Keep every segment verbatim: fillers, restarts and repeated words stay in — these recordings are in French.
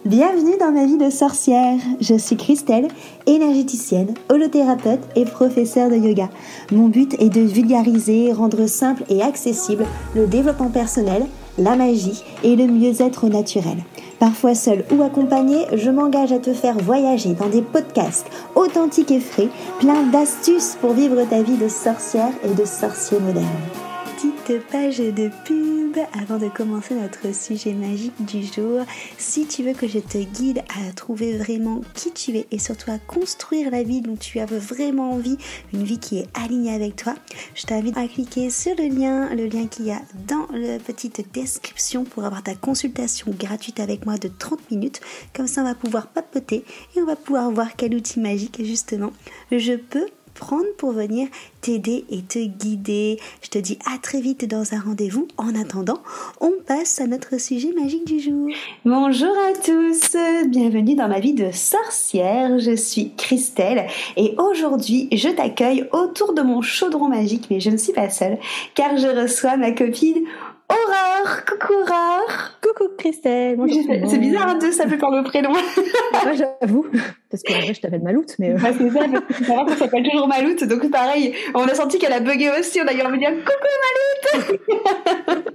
Bienvenue dans ma vie de sorcière. Je suis Christelle, énergéticienne, holothérapeute et professeure de yoga. Mon but est de vulgariser, rendre simple et accessible le développement personnel, la magie et le mieux-être naturel. Parfois seule ou accompagnée, je m'engage à te faire voyager dans des podcasts authentiques et frais, plein d'astuces pour vivre ta vie de sorcière et de sorcier moderne. Petite page de pub avant de commencer notre sujet magique du jour. Si tu veux que je te guide à trouver vraiment qui tu es et surtout à construire la vie dont tu as vraiment envie, une vie qui est alignée avec toi, je t'invite à cliquer sur le lien, le lien qu'il y a dans la petite description pour avoir ta consultation gratuite avec moi de trente minutes. Comme ça, on va pouvoir papoter et on va pouvoir voir quel outil magique justement je peux prendre pour venir t'aider et te guider. Je te dis à très vite dans un rendez-vous. En attendant, on passe à notre sujet magique du jour. Bonjour à tous, bienvenue dans ma vie de sorcière. Je suis Christelle et aujourd'hui, je t'accueille autour de mon chaudron magique, mais je ne suis pas seule car je reçois ma copine Aurore. Coucou Aurore. Coucou Christelle. Bonjour. C'est, c'est bizarre hein, de s'appeler par le prénom. Moi j'avoue, parce que en vrai je t'appelle Maloute, mais... Euh... Bah, c'est ça, parce que ça, ça s'appelle toujours Maloute, donc pareil, on a senti qu'elle a bugué aussi, on a eu envie de dire coucou Maloute.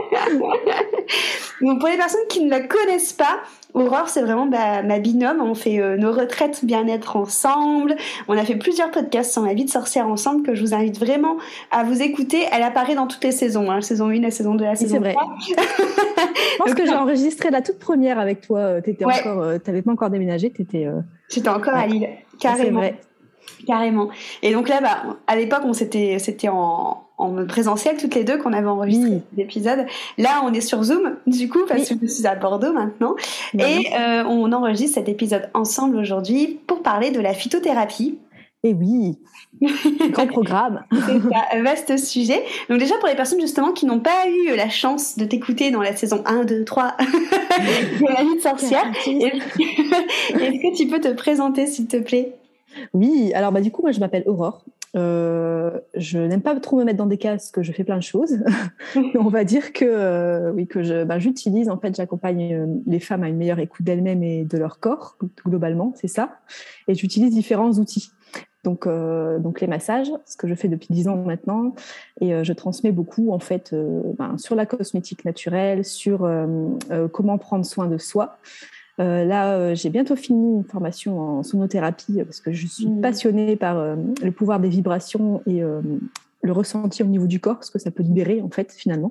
Donc pour les personnes qui ne la connaissent pas, Aurore, c'est vraiment bah, ma binôme. On fait euh, nos retraites bien-être ensemble. On a fait plusieurs podcasts sur ma vie de sorcière ensemble que je vous invite vraiment à vous écouter. Elle apparaît dans toutes les saisons, hein, la saison un, la saison deux, la oui, saison trois. C'est vrai. Je pense que j'ai enregistré la toute première avec toi. T'étais ouais. encore, euh, t'avais pas encore déménagé, t'étais. Euh... J'étais encore ouais. à Lille, carrément. C'est vrai. Carrément. Et donc là, bah, à l'époque, on s'était, c'était en, en présentiel toutes les deux qu'on avait enregistré oui. l'épisode. Là, on est sur Zoom, du coup, parce oui. que je suis à Bordeaux maintenant. Oui. Et euh, on enregistre cet épisode ensemble aujourd'hui pour parler de la phytothérapie. Et oui, grand programme. C'est un vaste sujet. Donc déjà, pour les personnes justement qui n'ont pas eu la chance de t'écouter dans la saison un, deux, trois de la vie de sorcière, est-ce que tu peux te présenter, s'il te plaît ? Oui, alors bah, du coup, moi, je m'appelle Aurore. Euh, je n'aime pas trop me mettre dans des cases parce que je fais plein de choses. On va dire que, euh, oui, que je, bah, j'utilise, en fait, j'accompagne euh, les femmes à une meilleure écoute d'elles-mêmes et de leur corps, globalement, c'est ça. Et j'utilise différents outils. Donc, euh, donc les massages, ce que je fais depuis dix ans maintenant, et euh, je transmets beaucoup en fait euh, ben, sur la cosmétique naturelle, sur euh, euh, comment prendre soin de soi. Euh, là, euh, j'ai bientôt fini une formation en sonothérapie parce que je suis passionnée par euh, le pouvoir des vibrations et euh, le ressenti au niveau du corps, ce que ça peut libérer en fait finalement.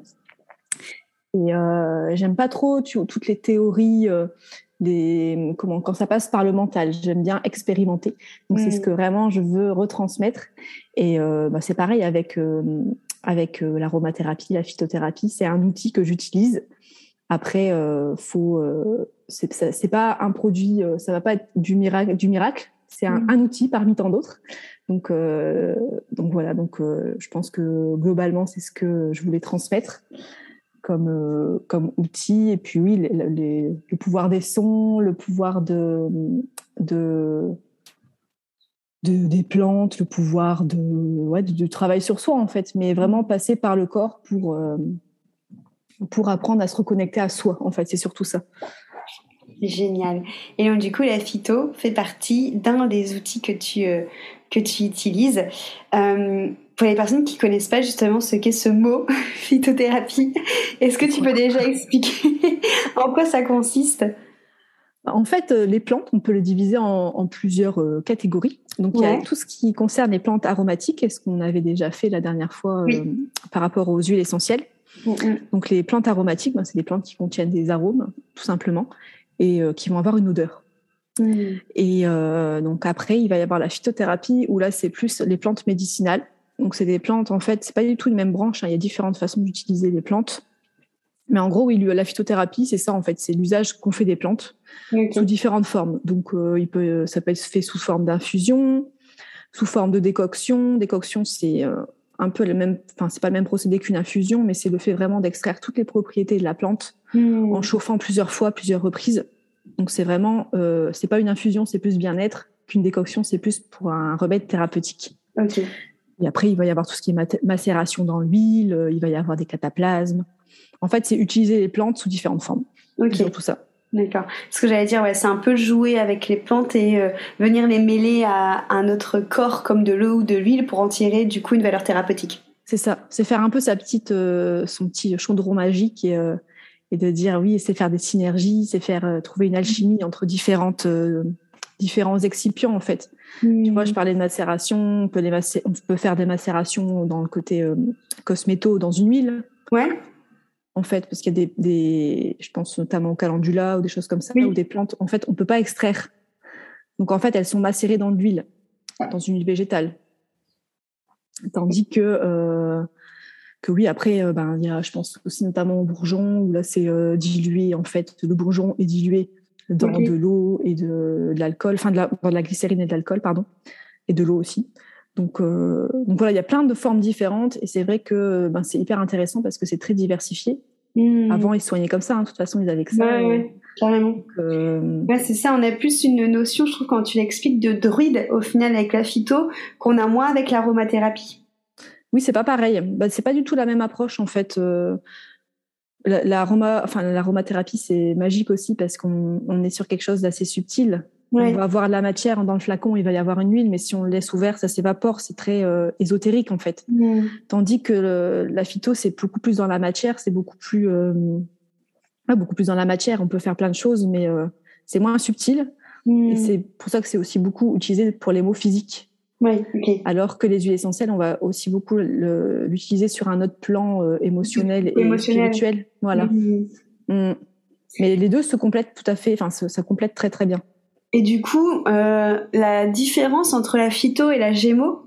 Et euh, j'aime pas trop tu, toutes les théories. Euh, Des, comment, quand ça passe par le mental, j'aime bien expérimenter. Donc, mmh. c'est ce que vraiment je veux retransmettre. Et euh, bah, c'est pareil avec, euh, avec euh, l'aromathérapie, la phytothérapie. C'est un outil que j'utilise. Après, euh, faut, euh, c'est, ça, c'est pas un produit, euh, ça va pas être du miracle. Du miracle. C'est un, mmh. un outil parmi tant d'autres. Donc, euh, donc voilà. Donc, euh, je pense que globalement, c'est ce que je voulais transmettre. Comme, euh, comme outil. Et puis oui, les, les, le pouvoir des sons, le pouvoir de, de, de, des plantes, le pouvoir de, ouais, de, de travail sur soi, en fait, mais vraiment passer par le corps pour, euh, pour apprendre à se reconnecter à soi, en fait, c'est surtout ça. Génial. Et donc, du coup, la phyto fait partie d'un des outils que tu, euh, que tu utilises. Euh, pour les personnes qui ne connaissent pas justement ce qu'est ce mot phytothérapie, est-ce que tu peux déjà expliquer en quoi ça consiste ? En fait, les plantes, on peut les diviser en, en plusieurs euh, catégories. Donc, ouais. Il y a tout ce qui concerne les plantes aromatiques, et ce qu'on avait déjà fait la dernière fois euh, oui. par rapport aux huiles essentielles. Mm-hmm. Donc, les plantes aromatiques, ben, c'est des plantes qui contiennent des arômes, tout simplement, et euh, qui vont avoir une odeur. Mm. Et euh, donc après, il va y avoir la phytothérapie, où là, c'est plus les plantes médicinales. Donc, c'est des plantes, en fait, c'est pas du tout une même branche, hein, il y a différentes façons d'utiliser les plantes. Mais en gros, oui, la phytothérapie, c'est ça, en fait, c'est l'usage qu'on fait des plantes okay. sous différentes formes. Donc, euh, il peut, ça peut être fait sous forme d'infusion, sous forme de décoction. Décoction, c'est euh, un peu le même, enfin, c'est pas le même procédé qu'une infusion, mais c'est le fait vraiment d'extraire toutes les propriétés de la plante mmh. en chauffant plusieurs fois, plusieurs reprises. Donc, c'est vraiment, euh, c'est pas une infusion, c'est plus bien-être qu'une décoction, c'est plus pour un remède thérapeutique. Okay. Et après, il va y avoir tout ce qui est mat- macération dans l'huile, euh, il va y avoir des cataplasmes. En fait, c'est utiliser les plantes sous différentes formes. Ok. C'est surtout ça. D'accord. Ce que j'allais dire, ouais, c'est un peu jouer avec les plantes et euh, venir les mêler à, à notre corps comme de l'eau ou de l'huile pour en tirer du coup une valeur thérapeutique. C'est ça. C'est faire un peu sa petite, euh, son petit chaudron magique et, euh, et de dire oui, c'est faire des synergies, c'est faire euh, trouver une alchimie entre différentes, euh, différents excipients en fait. Mmh. Tu vois, je parlais de macération. On peut, les macé- on peut faire des macérations dans le côté euh, cosméto, dans une huile. Ouais. En fait, parce qu'il y a des, des, je pense notamment au calendula ou des choses comme ça, oui. ou des plantes, en fait, on peut pas extraire. Donc, en fait, elles sont macérées dans de l'huile, dans une huile végétale. Tandis que, euh, que oui, après, euh, ben, il y a, je pense aussi notamment au bourgeon, où là, c'est euh, dilué, en fait, le bourgeon est dilué dans okay. de l'eau et de, de l'alcool, enfin, de la, dans de la glycérine et de l'alcool, pardon, et de l'eau aussi. Donc, euh, donc voilà, il y a plein de formes différentes et c'est vrai que ben, c'est hyper intéressant parce que c'est très diversifié. Mmh. Avant, ils se soignaient comme ça, hein. De toute façon, ils avaient que ça. Ouais, et... ouais, carrément. Donc, euh... ouais, c'est ça, on a plus une notion, je trouve, quand tu l'expliques, de druide au final avec la phyto, qu'on a moins avec l'aromathérapie. Oui, c'est pas pareil. Bah, c'est pas du tout la même approche en fait. Euh... L'aroma, enfin, l'aromathérapie, c'est magique aussi parce qu'on on est sur quelque chose d'assez subtil. Ouais. On va avoir la matière dans le flacon, il va y avoir une huile, mais si on le laisse ouvert, ça s'évapore. C'est très euh, ésotérique en fait. Mm. Tandis que le, la phyto, c'est beaucoup plus dans la matière, c'est beaucoup plus, euh, ouais, beaucoup plus dans la matière. On peut faire plein de choses, mais euh, c'est moins subtil. Mm. Et c'est pour ça que c'est aussi beaucoup utilisé pour les mots physiques. Ouais, okay. Alors que les huiles essentielles, on va aussi beaucoup le, l'utiliser sur un autre plan euh, émotionnel et émotionnel. spirituel. Voilà. Mm. Mm. Mais les deux se complètent tout à fait. Enfin, ça, ça complète très très bien. Et du coup, euh, la différence entre la phyto et la gémothérapie ?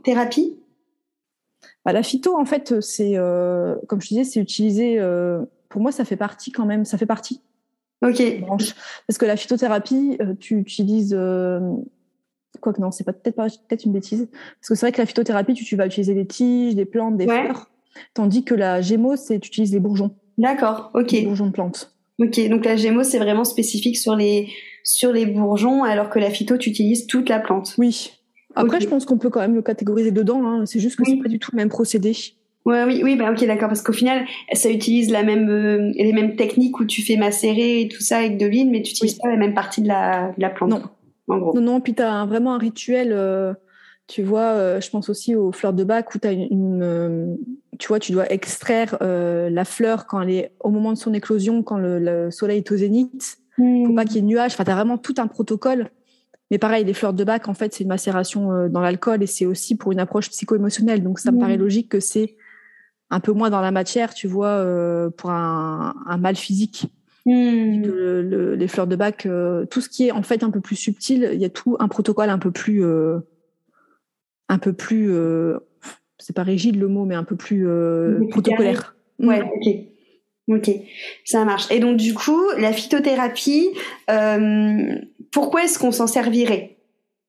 Bah, la phyto, en fait, c'est, euh, comme je disais, c'est utilisé. Euh, pour moi, ça fait partie quand même. Ça fait partie. Ok. Branche. Parce que la phytothérapie, euh, tu utilises. Euh, quoi que non, c'est pas peut-être pas peut-être une bêtise. Parce que c'est vrai que la phytothérapie, tu, tu vas utiliser des tiges, des plantes, des ouais. fleurs, tandis que la gémo, c'est tu utilises les bourgeons. D'accord. Ok. Les bourgeons de plantes. Ok. Donc la gémo, c'est vraiment spécifique sur les sur les bourgeons, alors que la phyto, tu utilises toute la plante. Oui. Après, okay. je pense qu'on peut quand même le catégoriser dedans. Hein. C'est juste que oui. c'est pas du tout le même procédé. Ouais, oui, oui, bah ok, d'accord, parce qu'au final, ça utilise la même, euh, les mêmes techniques où tu fais macérer et tout ça avec de l'huile, mais tu n'utilises oui. pas la même partie de la, de la plante. Non. En gros. Non, non, puis tu as vraiment un rituel, euh, tu vois, euh, je pense aussi aux fleurs de bac où tu as une, une euh, tu vois, tu dois extraire euh, la fleur quand elle est au moment de son éclosion, quand le, le soleil est au zénith. Mmh. Faut pas qu'il y ait de nuages. Enfin, tu as vraiment tout un protocole. Mais pareil, les fleurs de bac, en fait, c'est une macération euh, dans l'alcool et c'est aussi pour une approche psycho-émotionnelle. Donc, ça mmh. me paraît logique que c'est un peu moins dans la matière, tu vois, euh, pour un, un mal physique. Mmh. Le, le, les fleurs de bac, euh, tout ce qui est en fait un peu plus subtil, il y a tout un protocole un peu plus, euh, un peu plus, euh, c'est pas rigide le mot, mais un peu plus euh, protocolaire. Ouais, mmh. ok. Ok, ça marche. Et donc du coup, la phytothérapie, euh, pourquoi est-ce qu'on s'en servirait ?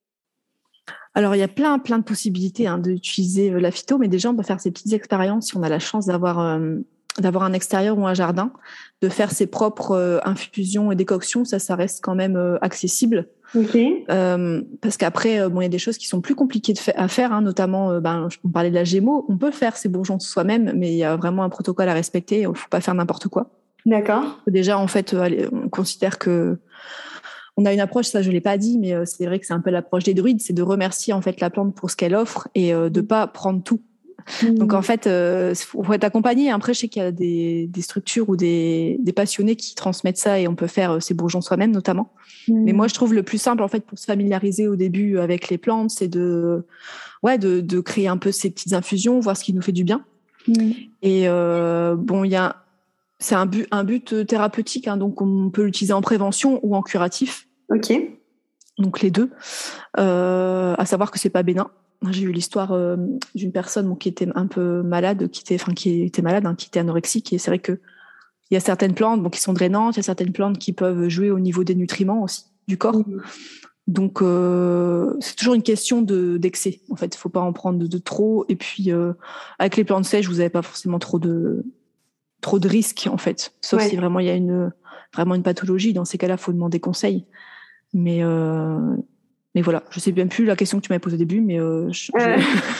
Alors il y a plein, plein de possibilités hein, d'utiliser la phyto, mais déjà on peut faire ces petites expériences si on a la chance d'avoir, euh, d'avoir un extérieur ou un jardin, de faire ses propres euh, infusions et décoctions. Ça, ça reste quand même euh, accessible. Okay. Euh, parce qu'après, euh, bon, il y a des choses qui sont plus compliquées de fa- à faire, hein, notamment, euh, ben, on parlait de la gémo. On peut faire ces bourgeons soi-même, mais il y a vraiment un protocole à respecter. Il ne faut pas faire n'importe quoi. D'accord. Déjà, en fait, euh, allez, on considère que on a une approche, ça je l'ai pas dit, mais euh, c'est vrai que c'est un peu l'approche des druides, c'est de remercier en fait la plante pour ce qu'elle offre et euh, de pas prendre tout. Mmh. Donc en fait, euh, faut être accompagné. Après, je sais qu'il y a des, des structures ou des, des passionnés qui transmettent ça et on peut faire euh, ces bourgeons soi-même notamment. Mmh. Mais moi, je trouve le plus simple en fait pour se familiariser au début avec les plantes, c'est de, ouais, de, de créer un peu ces petites infusions, voir ce qui nous fait du bien. Mmh. Et euh, bon, il y a, c'est un but, un but thérapeutique, hein, donc on peut l'utiliser en prévention ou en curatif. Ok. Donc les deux. Euh, à savoir que c'est pas bénin. J'ai eu l'histoire euh, d'une personne bon, qui était un peu malade, qui était, enfin qui était malade, hein, qui était anorexique. Et c'est vrai que il y a certaines plantes bon, qui sont drainantes, il y a certaines plantes qui peuvent jouer au niveau des nutriments aussi du corps. Mmh. Donc euh, c'est toujours une question de d'excès. En fait, il faut pas en prendre de, de trop. Et puis euh, avec les plantes sèches, vous n'avez pas forcément trop de trop de risques en fait. Sauf ouais. si vraiment il y a une vraiment une pathologie. Dans ces cas-là, il faut demander conseil. Mais, euh, mais voilà, je sais bien plus la question que tu m'avais posée au début, mais euh, je, euh, je...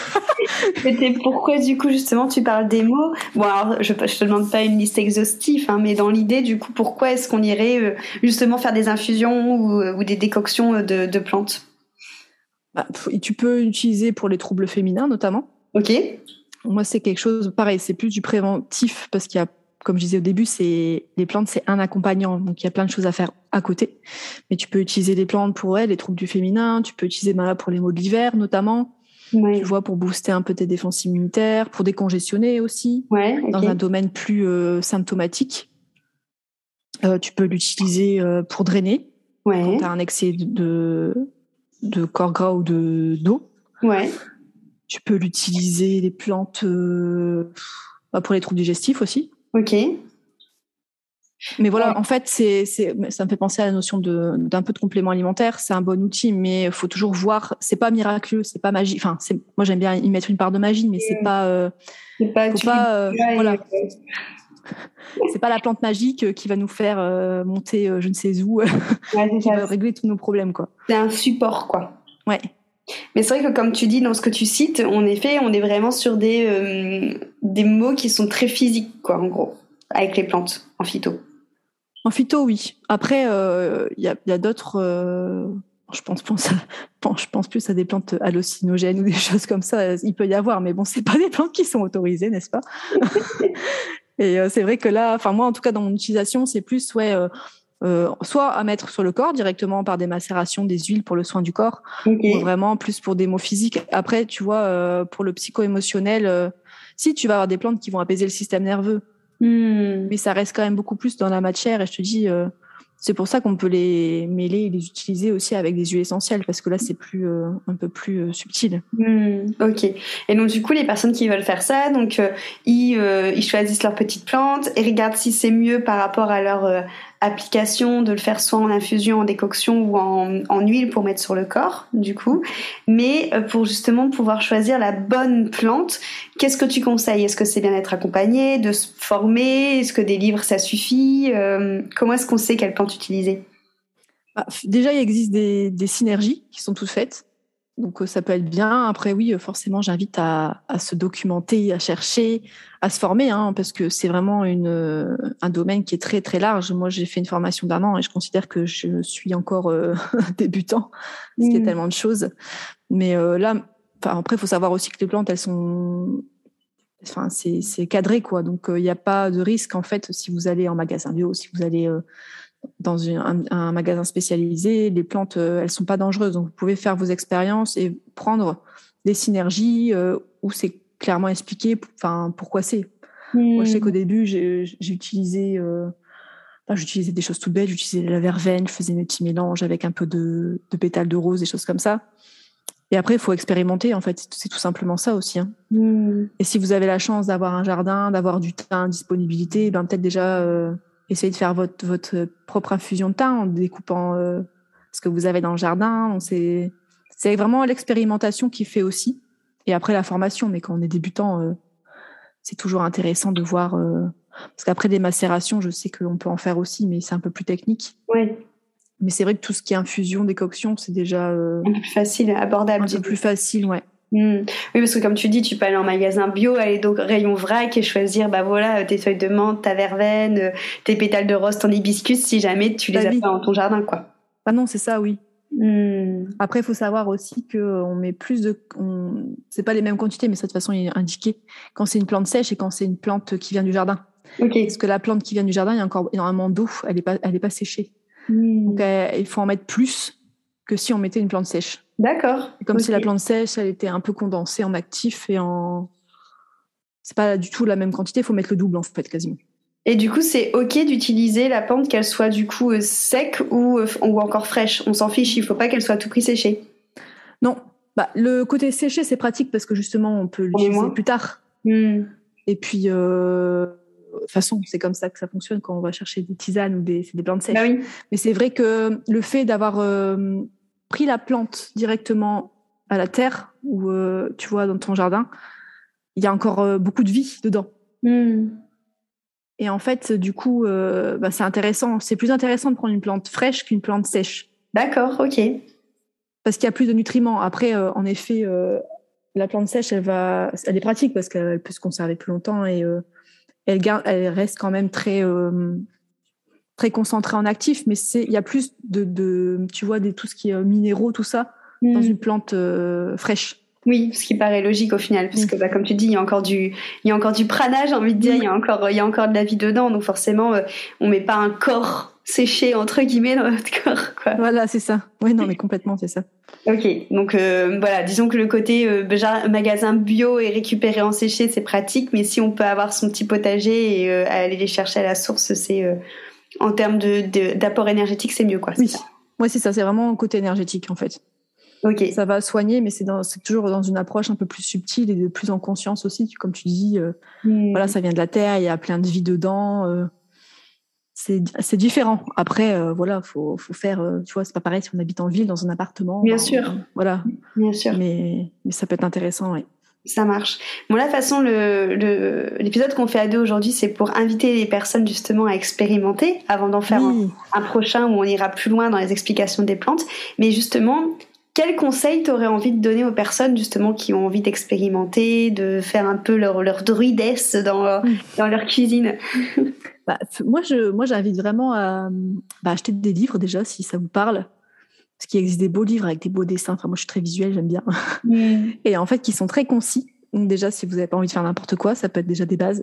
C'était pourquoi du coup justement tu parles des mots. Bon alors je, je te demande pas une liste exhaustive, hein, mais dans l'idée du coup pourquoi est-ce qu'on irait euh, justement faire des infusions ou, ou des décoctions de, de plantes? Bah, tu peux l'utiliser pour les troubles féminins notamment. Ok. Moi c'est quelque chose pareil, c'est plus du préventif parce qu'il y a, comme je disais au début, c'est les plantes c'est un accompagnant, donc il y a plein de choses à faire à côté. Mais tu peux utiliser les plantes pour elles, les troubles du féminin, tu peux utiliser ben là, pour les maux de l'hiver notamment. Ouais. Tu vois, pour booster un peu tes défenses immunitaires, pour décongestionner aussi, ouais, okay. Dans un domaine plus euh, symptomatique. Euh, tu peux l'utiliser euh, pour drainer, ouais. Quand tu as un excès de, de corps gras ou de, d'eau. Ouais. Tu peux l'utiliser, les plantes, euh, pour les troubles digestifs aussi. Ok. Mais voilà, ouais. en fait, c'est, c'est, ça me fait penser à la notion de, d'un peu de complément alimentaire. C'est un bon outil, mais il faut toujours voir. C'est pas miraculeux, c'est pas magique. Enfin, c'est, moi, j'aime bien y mettre une part de magie, mais c'est pas. Euh, c'est pas. Faut pas. Euh, voilà. Et... c'est pas la plante magique qui va nous faire euh, monter euh, je ne sais où, ouais, qui va régler tous nos problèmes, quoi. C'est un support, quoi. Ouais. Mais c'est vrai que comme tu dis dans ce que tu cites, en effet, on est vraiment sur des euh, des mots qui sont très physiques, quoi, en gros, avec les plantes en phyto. En phyto, oui. Après, il euh, y, a, y a d'autres. Euh, je pense, pense, à, je pense plus à des plantes hallucinogènes ou des choses comme ça. Il peut y avoir, mais bon, c'est pas des plantes qui sont autorisées, n'est-ce pas? Et euh, c'est vrai que là, enfin moi, en tout cas, dans mon utilisation, c'est plus ouais. Euh, Euh, soit à mettre sur le corps directement par des macérations, des huiles pour le soin du corps, okay. Ou vraiment plus pour des maux physiques. Après, tu vois, euh, pour le psycho-émotionnel, euh, si tu vas avoir des plantes qui vont apaiser le système nerveux, mm. mais ça reste quand même beaucoup plus dans la matière. Et je te dis, euh, c'est pour ça qu'on peut les mêler et les utiliser aussi avec des huiles essentielles, parce que là, c'est plus euh, un peu plus euh, subtil. Mm. Ok. Et donc du coup, les personnes qui veulent faire ça, donc euh, ils, euh, ils choisissent leurs petites plantes et regardent si c'est mieux par rapport à leur euh, application de le faire soit en infusion, en décoction ou en, en huile pour mettre sur le corps, du coup. Mais euh, pour justement pouvoir choisir la bonne plante, qu'est-ce que tu conseilles? Est-ce que c'est bien d'être accompagné, de se former? Est-ce que des livres, ça suffit? euh, Comment est-ce qu'on sait quelle plante utiliser? Ah, déjà, il existe des, des synergies qui sont toutes faites. Donc, ça peut être bien. Après, oui, forcément, j'invite à, à se documenter, à chercher, à se former, hein, parce que c'est vraiment une, un domaine qui est très, très large. Moi, j'ai fait une formation d'un an et je considère que je suis encore euh, débutant, parce mmh. qu'il y a tellement de choses. Mais euh, là, après, il faut savoir aussi que les plantes, elles sont... Enfin, c'est, c'est cadré, quoi. Donc, il euh, n'y a pas de risque, en fait, si vous allez en magasin bio, si vous allez... Euh, dans une, un, un magasin spécialisé, les plantes, euh, elles sont pas dangereuses. Donc, vous pouvez faire vos expériences et prendre des synergies euh, où c'est clairement expliqué enfin, pourquoi c'est. Mmh. Moi, je sais qu'au début, j'ai, j'ai utilisé... Euh, enfin, j'utilisais des choses toutes bêtes. J'utilisais la verveine, je faisais mes petits mélanges avec un peu de, de pétales de rose, des choses comme ça. Et après, il faut expérimenter, en fait. C'est tout simplement ça aussi. Hein. Mmh. Et si vous avez la chance d'avoir un jardin, d'avoir du thym en disponibilité, ben, peut-être déjà... Euh, essayez de faire votre, votre propre infusion de thym en découpant euh, ce que vous avez dans le jardin. Donc c'est, c'est vraiment l'expérimentation qui fait aussi. Et après, la formation. Mais quand on est débutant, euh, c'est toujours intéressant de voir... Euh, parce qu'après, des macérations, je sais qu'on peut en faire aussi, mais c'est un peu plus technique. Oui. Mais c'est vrai que tout ce qui est infusion, décoction, c'est déjà... Euh, un peu plus facile, abordable. Un peu plus facile, ouais. Mmh. Oui, parce que comme tu dis, tu peux aller en magasin bio, aller au rayon vrac et choisir, bah voilà, tes feuilles de menthe, ta verveine, tes pétales de rose, ton hibiscus, si jamais tu les bah, as oui. pas dans ton jardin, quoi. Ah non, c'est ça, oui. Mmh. Après, il faut savoir aussi qu'on met plus de... On... C'est pas les mêmes quantités, mais ça, de toute façon, il est indiqué quand c'est une plante sèche et quand c'est une plante qui vient du jardin. Okay. Parce que la plante qui vient du jardin, il y a encore énormément d'eau, elle n'est pas, elle est pas séchée. Mmh. Donc, elle, il faut en mettre plus que si on mettait une plante sèche. D'accord. Et comme okay. si la plante sèche, elle était un peu condensée en actif et en... C'est pas du tout la même quantité, il faut mettre le double en fait, quasiment. Et du coup, c'est ok d'utiliser la plante, qu'elle soit du coup euh, sec ou, euh, ou encore fraîche. On s'en fiche, il faut pas qu'elle soit à tout prix séchée. Non, bah, le côté séché, c'est pratique parce que justement, on peut l'utiliser plus tard. Mmh. Et puis, euh... de toute façon, c'est comme ça que ça fonctionne quand on va chercher des tisanes ou des, des plantes sèches. Bah oui. Mais c'est vrai que le fait d'avoir euh, pris la plante directement à la terre ou euh, tu vois dans ton jardin, il y a encore euh, beaucoup de vie dedans. Mm. Et en fait, du coup, euh, bah, c'est intéressant. C'est plus intéressant de prendre une plante fraîche qu'une plante sèche. D'accord, ok. Parce qu'il y a plus de nutriments. Après, euh, en effet, euh, La plante sèche, elle va, elle est pratique parce qu'elle peut se conserver plus longtemps et euh, elle garde, elle reste quand même très, euh, très concentrée en actif. Mais c'est, il y a plus de, de, tu vois, des tout ce qui est minéraux, tout ça, mmh. dans une plante euh, fraîche. Oui, ce qui paraît logique au final, parce que bah, comme tu dis, il y a encore du, il y a encore du prana, j'ai envie de dire, il y a encore, il y a encore de la vie dedans, donc forcément, euh, on met pas un corps séché entre guillemets dans notre corps, quoi. Voilà, c'est ça. Oui, non, mais complètement, c'est ça. Ok, donc euh, voilà, disons que le côté euh, magasin bio et récupérer en séché, c'est pratique, mais si on peut avoir son petit potager et euh, aller les chercher à la source, c'est euh, en termes de, de d'apport énergétique, c'est mieux, quoi. Oui, ouais, c'est ça, c'est vraiment côté énergétique en fait. Ok. Ça va soigner, mais c'est, dans, c'est toujours dans une approche un peu plus subtile et de plus en conscience aussi. Comme tu dis, euh, mmh. voilà, ça vient de la terre, il y a plein de vie dedans. Euh, c'est, c'est différent. Après, euh, voilà, faut, faut faire. Euh, tu vois, c'est pas pareil si on habite en ville, dans un appartement. Bien euh, sûr. Euh, voilà. Bien sûr. Mais, mais ça peut être intéressant, oui. Ça marche. Bon, là, de toute façon, le, le, l'épisode qu'on fait à deux aujourd'hui, c'est pour inviter les personnes justement à expérimenter avant d'en faire oui. un, un prochain où on ira plus loin dans les explications des plantes. Mais justement, quel conseil t'aurais envie de donner aux personnes justement qui ont envie d'expérimenter, de faire un peu leur, leur druidesse dans leur, mmh. dans leur cuisine? bah, moi, je, moi, j'invite vraiment à bah, acheter des livres déjà, si ça vous parle. Parce qu'il existe des beaux livres avec des beaux dessins. Enfin, moi, je suis très visuelle, j'aime bien. Mmh. Et en fait, qui sont très concis. Donc déjà, si vous n'avez pas envie de faire n'importe quoi, ça peut être déjà des bases.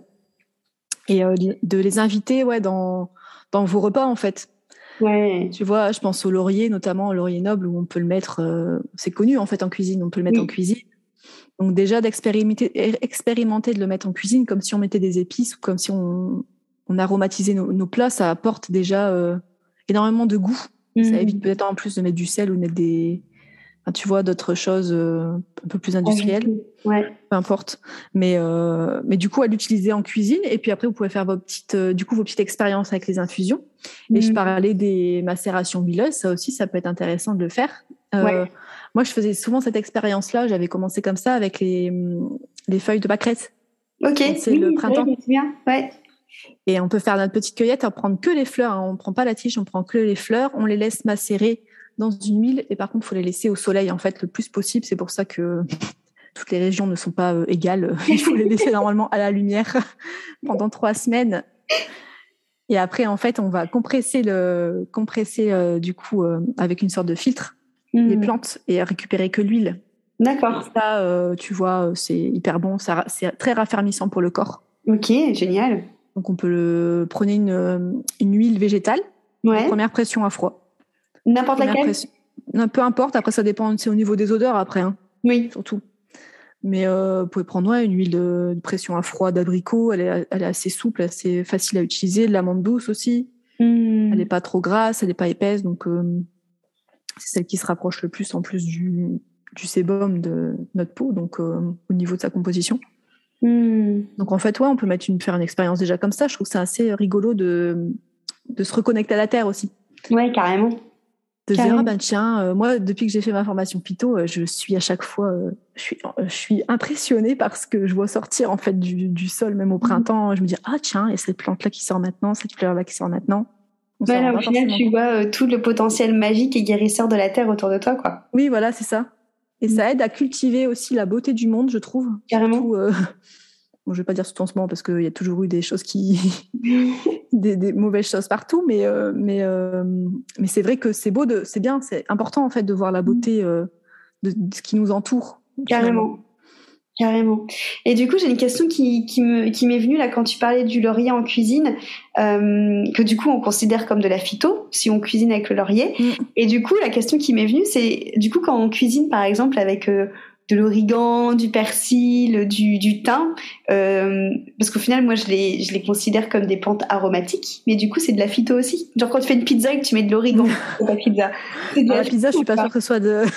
Et euh, de les inviter ouais, dans, dans vos repas, en fait. Ouais. Tu vois, je pense au laurier, notamment au laurier noble, où on peut le mettre, euh, c'est connu en fait en cuisine, on peut le mettre oui. en cuisine. Donc déjà d'expérimenter, expérimenter de le mettre en cuisine, comme si on mettait des épices ou comme si on, on aromatisait nos, nos plats, ça apporte déjà euh, énormément de goût. Mmh. Ça évite peut-être en plus de mettre du sel ou de mettre des, enfin, tu vois, d'autres choses euh, un peu plus industrielles. Ouais. Peu importe. Mais euh, mais du coup, à l'utiliser en cuisine et puis après vous pouvez faire vos petites, euh, du coup vos petites expériences avec les infusions. Et mmh. je parlais des macérations huileuses, ça aussi, ça peut être intéressant de le faire. Euh, ouais. Moi, je faisais souvent cette expérience-là. J'avais commencé comme ça avec les les feuilles de pâquerette. Ok. C'est oui, le printemps. Ouais, bien. Ouais. Et on peut faire notre petite cueillette, on prend que les fleurs. Hein. On ne prend pas la tige, on prend que les fleurs. On les laisse macérer dans une huile. Et par contre, il faut les laisser au soleil en fait le plus possible. C'est pour ça que toutes les régions ne sont pas euh, égales. Il faut les laisser normalement à la lumière pendant trois semaines. Et après, en fait, on va compresser le, compresser euh, du coup euh, avec une sorte de filtre mmh. les plantes et récupérer que l'huile. D'accord. Et ça, euh, tu vois, c'est hyper bon. Ça, c'est très raffermissant pour le corps. Ok, génial. Donc, on peut le prenez une, une huile végétale. Ouais. Première pression à froid. N'importe première laquelle. Pression, non, peu importe. Après, ça dépend. C'est au niveau des odeurs après. Hein, oui. Surtout. Mais euh, vous pouvez prendre ouais, une huile de, de pression à froid d'abricot. Elle est, elle est assez souple, assez facile à utiliser. De l'amande douce aussi. Mmh. Elle n'est pas trop grasse, elle n'est pas épaisse. Donc, euh, c'est celle qui se rapproche le plus en plus du, du sébum de notre peau, donc euh, au niveau de sa composition. Mmh. Donc, en fait, ouais, on peut mettre une, faire une expérience déjà comme ça. Je trouve que c'est assez rigolo de, de se reconnecter à la terre aussi. Ouais, carrément. De se dire, ah ben tiens, euh, moi, depuis que j'ai fait ma formation Phyto, euh, je suis à chaque fois, euh, je, suis, euh, je suis impressionnée par ce que je vois sortir en fait du, du sol, même au printemps. Je me dis, ah tiens, il y a cette plante-là qui sort maintenant, cette fleur-là qui sort maintenant. Ouais, là, au final, tu vois euh, tout le potentiel magique et guérisseur de la terre autour de toi, quoi. Oui, voilà, c'est ça. Et mmh. ça aide à cultiver aussi la beauté du monde, je trouve. Carrément. Surtout, euh... bon, je vais pas dire surtout en ce moment parce qu'il y a toujours eu des choses qui, des, des mauvaises choses partout, mais euh, mais euh... mais c'est vrai que c'est beau, de, c'est bien, c'est important en fait de voir la beauté euh, de, de ce qui nous entoure. Carrément. Finalement. Carrément. Et du coup, j'ai une question qui, qui, me, qui m'est venue là quand tu parlais du laurier en cuisine, euh, que du coup on considère comme de la phyto si on cuisine avec le laurier. Mmh. Et du coup, la question qui m'est venue, c'est du coup quand on cuisine par exemple avec euh, de l'origan, du persil, du, du thym, euh, parce qu'au final, moi je les, je les considère comme des plantes aromatiques, mais du coup c'est de la phyto aussi. Genre quand tu fais une pizza et que tu mets de l'origan sur ta pizza. C'est de la, la pizza, je suis pas sûre que ce soit de.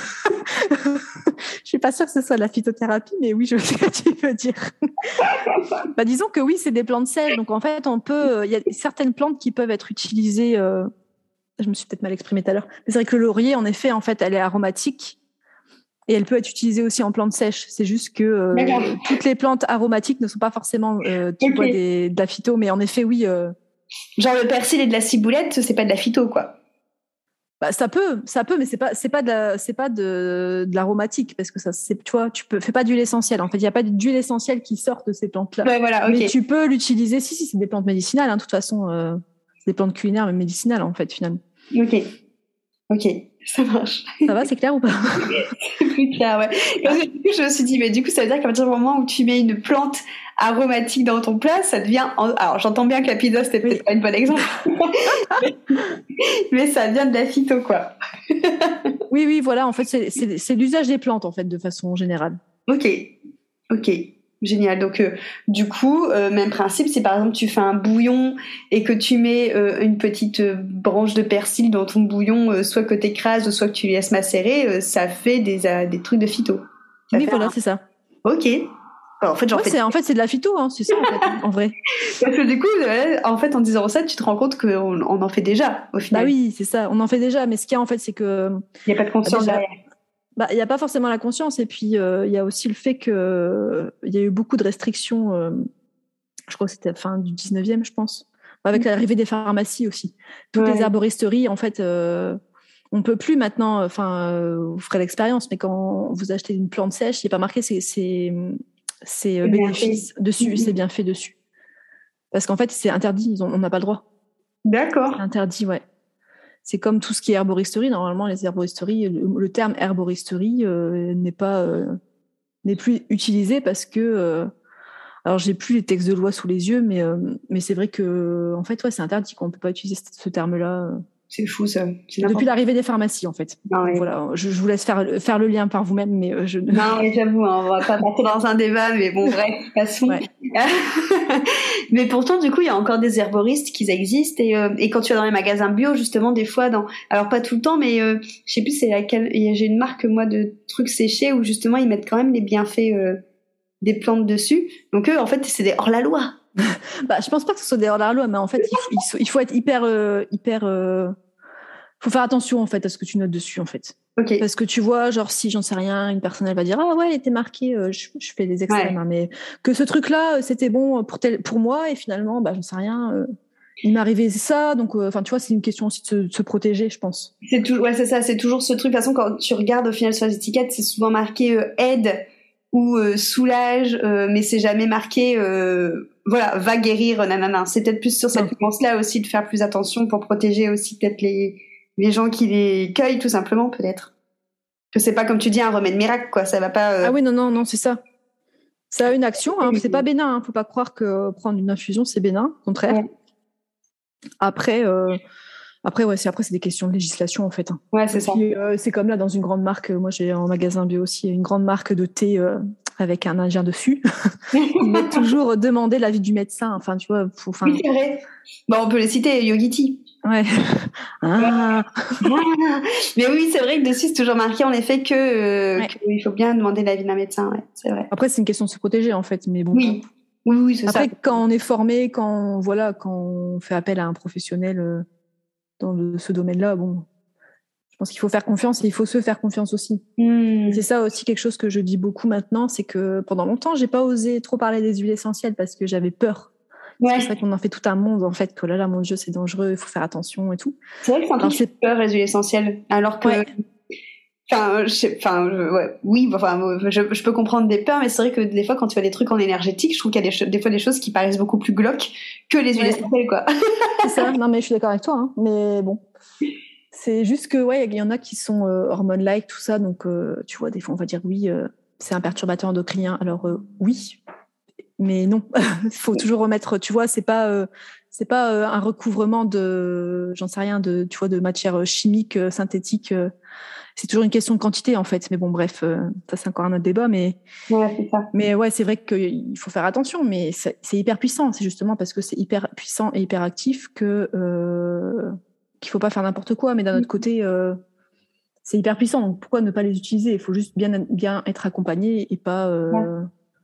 Je suis pas sûre que ce soit de la phytothérapie, mais oui, je sais ce que tu veux dire. Bah, disons que oui, c'est des plantes sèches, donc en fait, on peut. Il y a certaines plantes qui peuvent être utilisées. Euh... Je me suis peut-être mal exprimée tout à l'heure. Mais c'est vrai que le laurier, en effet, en fait, elle est aromatique et elle peut être utilisée aussi en plantes sèches. C'est juste que euh, toutes les plantes aromatiques ne sont pas forcément euh, tu okay. vois, des, de la phyto, mais en effet, oui. Euh... Genre le persil et de la ciboulette, c'est pas de la phyto, quoi. Bah, ça peut, ça peut, mais c'est pas, c'est pas de, la, c'est pas de, de l'aromatique parce que ça, c'est, tu vois, tu peux, fais pas d'huile essentielle. En fait, il y a pas d'huile essentielle qui sort de ces plantes-là. Ouais, voilà, ok. Mais tu peux l'utiliser. Si, si, c'est des plantes médicinales. Hein, de toute façon, euh, c'est des plantes culinaires mais médicinales en fait finalement. Ok, ok, ça marche. Ça va, c'est clair ou pas? C'est plus clair, ouais. Parce que, du coup, je me suis dit, mais du coup, ça veut dire qu'à partir du moment où tu mets une plante aromatique dans ton plat, ça devient. En... Alors, j'entends bien que la pizza, c'était peut-être oui. pas une bonne exemple, mais ça vient de la phyto, quoi. Oui, oui, voilà. En fait, c'est, c'est, c'est l'usage des plantes, en fait, de façon générale. Ok, ok. Génial. Donc, euh, du coup, euh, même principe, si par exemple tu fais un bouillon et que tu mets euh, une petite euh, branche de persil dans ton bouillon, euh, soit que tu écrases, soit que tu laisses macérer, euh, ça fait des, euh, des trucs de phyto. Ça oui, voilà, un... c'est ça. Ok. Alors, en fait, j'en ouais, fais... c'est, en fait, c'est de la phyto, hein, c'est ça, en fait, en vrai. Parce que du coup, euh, en fait, en disant ça, tu te rends compte qu'on on en fait déjà, au final. Bah oui, c'est ça, on en fait déjà, mais ce qu'il y a, en fait, c'est que... Il n'y a pas de conscience bah, déjà, derrière. Bah, il n'y a pas forcément la conscience, et puis euh, il y a aussi le fait qu'il euh, y a eu beaucoup de restrictions, euh, je crois que c'était la fin du dix-neuvième, je pense, avec l'arrivée des pharmacies aussi. Toutes ouais. les herboristeries, en fait, euh, on ne peut plus maintenant, enfin, euh, vous ferez l'expérience, mais quand vous achetez une plante sèche, il n'est pas marqué c'est, c'est, c'est bénéfices dessus, mm-hmm. c'est bien fait dessus. Parce qu'en fait, c'est interdit, ils ont, on n'a pas le droit. D'accord. C'est interdit, ouais. C'est comme tout ce qui est herboristerie. Normalement, les herboristeries, le, le terme herboristerie euh, n'est pas euh, n'est plus utilisé parce que. Euh, alors, j'ai plus les textes de loi sous les yeux, mais euh, mais c'est vrai que en fait, ouais, c'est interdit qu'on peut pas utiliser ce, ce terme-là. C'est fou ça. C'est depuis l'arrivée des pharmacies, en fait. Non, ouais. Voilà, je, je vous laisse faire faire le lien par vous-même, mais euh, je. Non, mais j'avoue, hein, on va pas partir dans un débat, mais bon, bref, passons. Ouais. Mais pourtant, du coup, il y a encore des herboristes qui existent et, euh, et quand tu vas dans les magasins bio, justement, des fois, dans, alors pas tout le temps, mais euh, je sais plus c'est laquelle. J'ai une marque moi de trucs séchés où justement ils mettent quand même les bienfaits euh, des plantes dessus. Donc eux, en fait, c'est des hors la loi. Bah, je pense pas que ce soit des hors la loi, mais en fait, il faut, il faut être hyper, euh, hyper. Euh... Faut faire attention en fait à ce que tu notes dessus en fait. Okay. Parce que tu vois, genre si j'en sais rien, une personne elle va dire ah ouais, il était marqué. Euh, je, je fais des extrêmes, ouais. hein, mais que ce truc-là c'était bon pour tel, pour moi et finalement bah j'en sais rien. Euh, il m'est arrivé ça, donc enfin euh, tu vois, c'est une question aussi de se, de se protéger, je pense. C'est tout, ouais c'est ça, c'est toujours ce truc. De toute façon, quand tu regardes au final sur les étiquettes, c'est souvent marqué euh, aide ou euh, soulage, euh, mais c'est jamais marqué euh, voilà va guérir nanana. C'est peut-être plus sur cette nuance-là aussi de faire plus attention pour protéger aussi peut-être les les gens qui les cueillent tout simplement peut-être. Que c'est pas comme tu dis un remède miracle quoi, ça va pas. Euh... Ah oui non non non c'est ça. Ça a une action, hein, c'est pas bénin. Hein, faut pas croire que prendre une infusion c'est bénin, au contraire. Ouais. Après euh, après ouais c'est après c'est des questions de législation en fait. Hein. Ouais c'est ça. Puis, euh, c'est comme là dans une grande marque. Moi j'ai en magasin bio aussi une grande marque de thé euh, avec un indien dessus. Ils m'ont toujours demandé l'avis du médecin. Enfin tu vois. Faut, enfin... Oui c'est vrai. Bon on peut les citer Yogi Tea. Ouais. Ah. Mais oui, c'est vrai que dessus c'est toujours marqué en effet que, euh, ouais. qu'il faut bien demander l'avis d'un médecin. Ouais, c'est vrai. Après, c'est une question de se protéger en fait, mais bon. Oui, oui, oui c'est Après, ça. quand on est formé, quand voilà, quand on fait appel à un professionnel euh, dans le, ce domaine-là, bon, je pense qu'il faut faire confiance et il faut se faire confiance aussi. Mmh. C'est ça aussi quelque chose que je dis beaucoup maintenant, c'est que pendant longtemps, j'ai pas osé trop parler des huiles essentielles parce que j'avais peur. Ouais. C'est vrai qu'on en fait tout un monde, en fait, que là, là, mon Dieu, c'est dangereux, il faut faire attention et tout. C'est vrai que c'est un truc qui fait peur, les huiles essentielles. Alors que, enfin, ouais. enfin, ouais, oui, enfin, je, je peux comprendre des peurs, mais c'est vrai que des fois, quand tu as des trucs en énergétique, je trouve qu'il y a des, des fois des choses qui paraissent beaucoup plus glauques que les huiles ouais. essentielles, quoi. C'est ça, non, mais je suis d'accord avec toi, hein, mais bon. C'est juste que, ouais, il y en a qui sont euh, hormones-like, tout ça, donc, euh, tu vois, des fois, on va dire, oui, euh, c'est un perturbateur endocrinien. Alors, euh, oui. Mais non, il faut toujours remettre, tu vois, c'est pas, euh, c'est pas euh, un recouvrement de, j'en sais rien, de, tu vois, de matière chimique, euh, synthétique. Euh, c'est toujours une question de quantité, en fait. Mais bon, bref, euh, ça, c'est encore un autre débat. Mais, ouais, c'est ça. Mais ouais, c'est vrai qu'il faut faire attention, mais c'est, c'est hyper puissant. C'est justement parce que c'est hyper puissant et hyper actif que, euh, qu'il faut pas faire n'importe quoi. Mais d'un autre côté, euh, c'est hyper puissant. Donc pourquoi ne pas les utiliser? Il faut juste bien, bien être accompagné et pas, euh, ouais.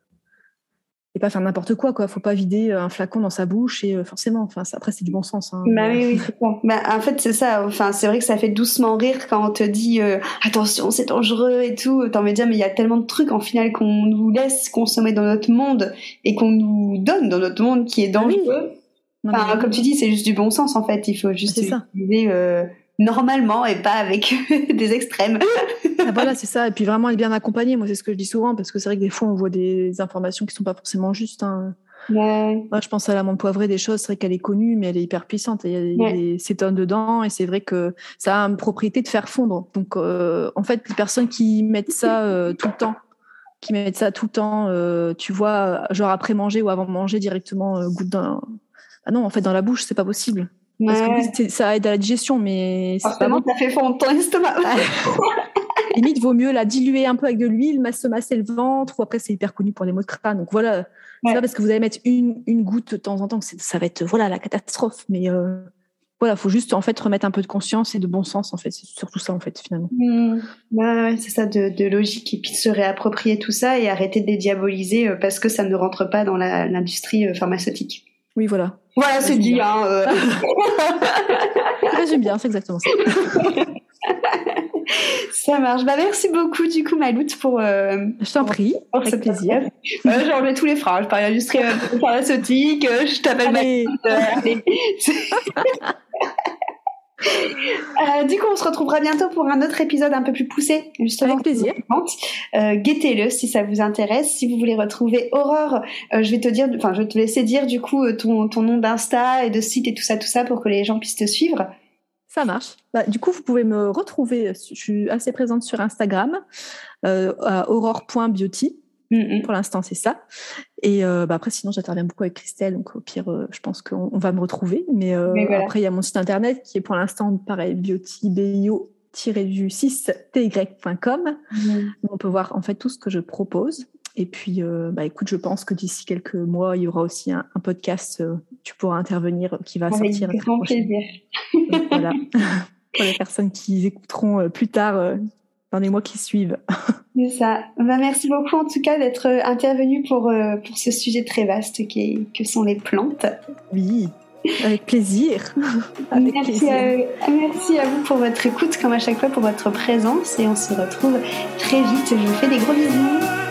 Et pas faire n'importe quoi, quoi. Faut pas vider un flacon dans sa bouche et euh, forcément, enfin, ça, après c'est du bon sens. Hein, bah mais... oui, oui, c'est ça. Bah, en fait, c'est ça. Enfin, c'est vrai que ça fait doucement rire quand on te dit euh, attention, c'est dangereux et tout. T'as envie de dire, mais il y a tellement de trucs en final qu'on nous laisse consommer dans notre monde et qu'on nous donne dans notre monde qui est dangereux. Ah oui. Non, enfin, mais... comme tu dis, c'est juste du bon sens en fait. Il faut juste utiliser euh, normalement et pas avec des extrêmes. Ah, voilà, c'est ça. Et puis vraiment être bien accompagné. Moi, c'est ce que je dis souvent parce que c'est vrai que des fois, on voit des informations qui sont pas forcément justes. Hein. Ouais. Moi, je pense à l'amande poivrée des choses. C'est vrai qu'elle est connue, mais elle est hyper puissante. Il y a, il y a Ouais. des cétones dedans et c'est vrai que ça a une propriété de faire fondre. Donc, euh, en fait, les personnes qui mettent ça euh, tout le temps, qui mettent ça tout le temps, euh, tu vois, genre après manger ou avant manger directement, euh, goutte d'un. Ah non, en fait, dans la bouche, c'est pas possible. Ouais. Parce que oui, c'est, ça aide à la digestion, mais c'est forcément, pas bon. ça fait fondre ton estomac. Limite, vaut mieux la diluer un peu avec de l'huile, se masser le ventre, ou après, c'est hyper connu pour les maux de crâne. Donc voilà, ouais. C'est pas parce que vous allez mettre une, une goutte de temps en temps que c'est, ça va être voilà, la catastrophe. Mais euh, voilà, il faut juste en fait remettre un peu de conscience et de bon sens, en fait. C'est surtout ça, en fait, finalement. Mmh. Ouais, ouais, c'est ça, de, de logique. Et puis se réapproprier tout ça et arrêter de les diaboliser parce que ça ne rentre pas dans la, l'industrie pharmaceutique. Oui, voilà. Voilà, c'est dit. Hein, euh... Résume bien, c'est exactement ça. Ça marche. Bah, merci beaucoup, du coup, Maloute, pour. Euh, je t'en prie, pour avec plaisir. Euh, j'ai enlevé tous les freins. Je parle d'industrie euh, pharmaceutique, euh, je t'appelle Maloute. Euh, euh, du coup, on se retrouvera bientôt pour un autre épisode un peu plus poussé, justement. Avec plaisir. Euh, guettez-le si ça vous intéresse. Si vous voulez retrouver Aurore, euh, je vais te dire, enfin, je vais te laisser dire du coup ton ton nom d'Insta et de site et tout ça, tout ça, pour que les gens puissent te suivre. Ça marche. Bah, du coup, vous pouvez me retrouver. Je suis assez présente sur Instagram, euh, à aurore point beauty. Mm-hmm. Pour l'instant, c'est ça. Et euh, bah après, sinon, j'interviens beaucoup avec Christelle. Donc, au pire, euh, je pense qu'on on va me retrouver. Mais, euh, Mais voilà. Après, il y a mon site internet qui est pour l'instant, pareil, beauty, b i o six t y point com. Mm-hmm. On peut voir en fait tout ce que je propose. Et puis, euh, bah, écoute, je pense que d'ici quelques mois, il y aura aussi un, un podcast. Euh, tu pourras intervenir qui va avec sortir. Avec grand plaisir. Donc, voilà. Pour les personnes qui écouteront euh, plus tard euh, dans les mois qui suivent. C'est ça. Bah, merci beaucoup en tout cas d'être intervenu pour, euh, pour ce sujet très vaste qui est, que sont les plantes. Oui, avec plaisir. Avec merci, plaisir. À, merci à vous pour votre écoute, comme à chaque fois pour votre présence. Et on se retrouve très vite. Je vous fais des gros bisous.